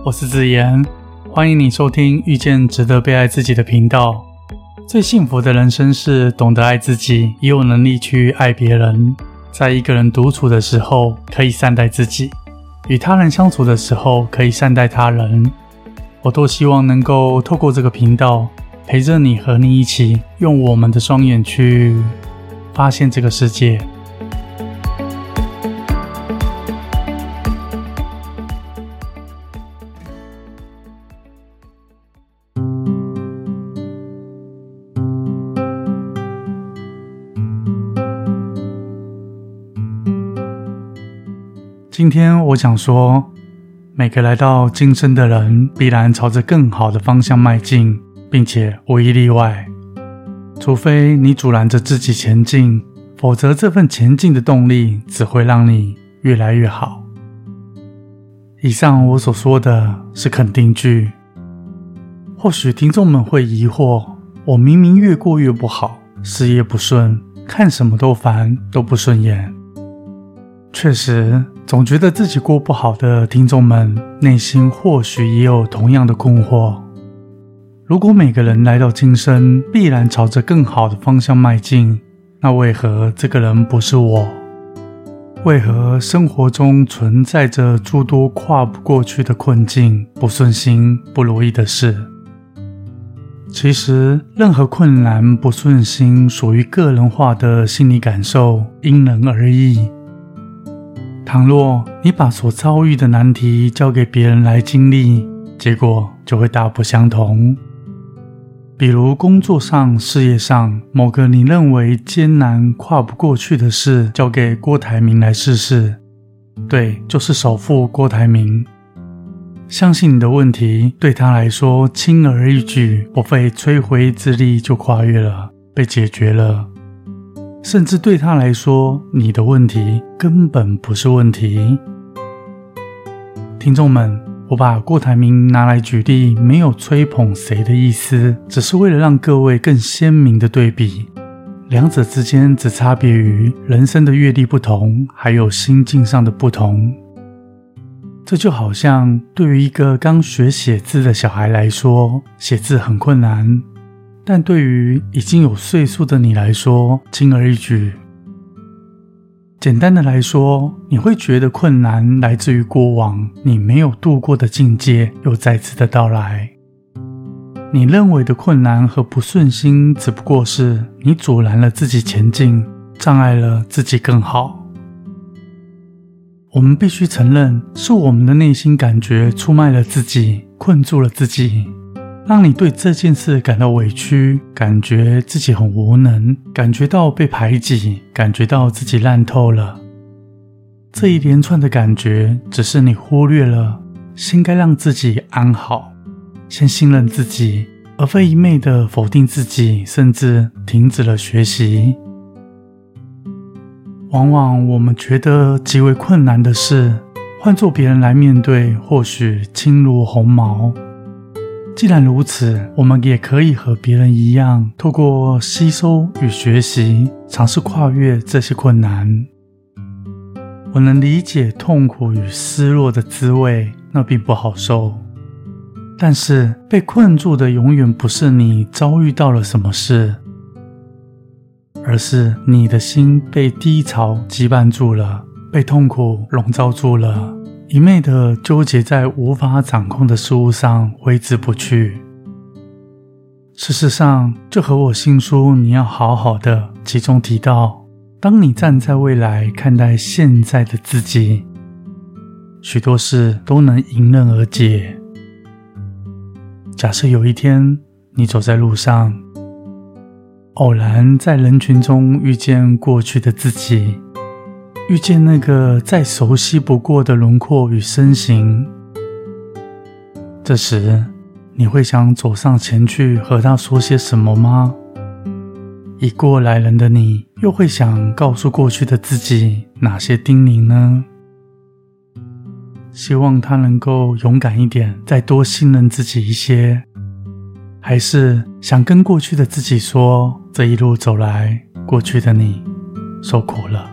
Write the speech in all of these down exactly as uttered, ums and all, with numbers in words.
我是子言，欢迎你收听遇见值得被爱自己的频道。最幸福的人生是懂得爱自己，也有能力去爱别人。在一个人独处的时候，可以善待自己；与他人相处的时候，可以善待他人。我都希望能够透过这个频道，陪着你，和你一起用我们的双眼去发现这个世界。今天我想说，每个来到今生的人必然朝着更好的方向迈进，并且无一例外。除非你阻拦着自己前进，否则这份前进的动力只会让你越来越好。以上我所说的是肯定句。或许听众们会疑惑，我明明越过越不好，事业不顺，看什么都烦，都不顺眼。确实，总觉得自己过不好的听众们，内心或许也有同样的困惑。如果每个人来到今生必然朝着更好的方向迈进，那为何这个人不是我？为何生活中存在着诸多跨不过去的困境、不顺心、不如意的事？其实，任何困难、不顺心属于个人化的心理感受，因人而异。倘若你把所遭遇的难题交给别人来经历，结果就会大不相同。比如工作上、事业上，某个你认为艰难跨不过去的事，交给郭台铭来试试。对，就是首富郭台铭。相信你的问题对他来说轻而易举，不费吹灰之力就跨越了，被解决了。甚至对他来说，你的问题根本不是问题。听众们，我把郭台铭拿来举例，没有吹捧谁的意思，只是为了让各位更鲜明的对比。两者之间只差别于人生的阅历不同，还有心境上的不同。这就好像对于一个刚学写字的小孩来说，写字很困难。但对于已经有岁数的你来说，轻而易举。简单的来说，你会觉得困难来自于过往你没有度过的境界又再次的到来。你认为的困难和不顺心，只不过是你阻拦了自己前进，障碍了自己更好。我们必须承认，是我们的内心感觉出卖了自己，困住了自己，让你对这件事感到委屈，感觉自己很无能，感觉到被排挤，感觉到自己烂透了。这一连串的感觉，只是你忽略了先该让自己安好，先信任自己，而非一昧的否定自己，甚至停止了学习。往往我们觉得极为困难的事，换做别人来面对，或许轻如鸿毛。既然如此，我们也可以和别人一样，透过吸收与学习，尝试跨越这些困难。我能理解痛苦与失落的滋味，那并不好受。但是被困住的永远不是你遭遇到了什么事，而是你的心被低潮羁绊住了，被痛苦笼罩住了，一昧的纠结在无法掌控的事物上，挥之不去。事实上，就和我新书你要好好的其中提到，当你站在未来看待现在的自己，许多事都能迎刃而解。假设有一天你走在路上，偶然在人群中遇见过去的自己，遇见那个再熟悉不过的轮廓与身形，这时你会想走上前去和他说些什么吗？已过来人的你，又会想告诉过去的自己哪些叮咛呢？希望他能够勇敢一点，再多信任自己一些，还是想跟过去的自己说，这一路走来，过去的你受苦了。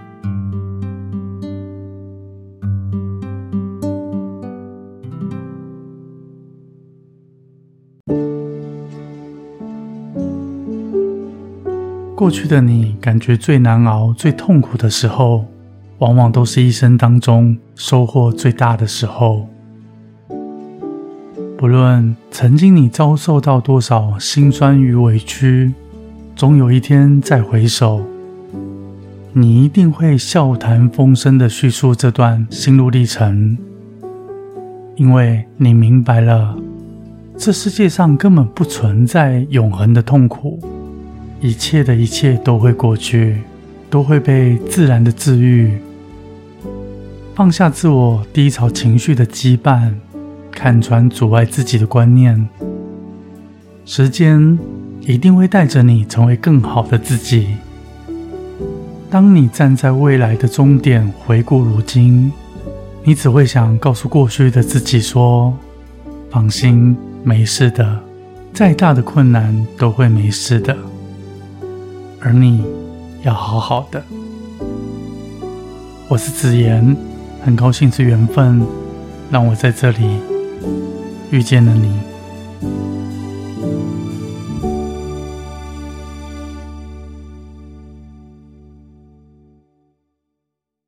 过去的你感觉最难熬、最痛苦的时候，往往都是一生当中收获最大的时候。不论曾经你遭受到多少辛酸与委屈，总有一天再回首，你一定会笑谈风生地叙述这段心路历程，因为你明白了，这世界上根本不存在永恒的痛苦，一切的一切都会过去，都会被自然的治愈。放下自我低潮情绪的羁绊，看穿阻碍自己的观念，时间一定会带着你成为更好的自己。当你站在未来的终点回顾如今，你只会想告诉过去的自己说，放心，没事的，再大的困难都会没事的，而你要好好的。我是子言，很高兴是缘分让我在这里遇见了你。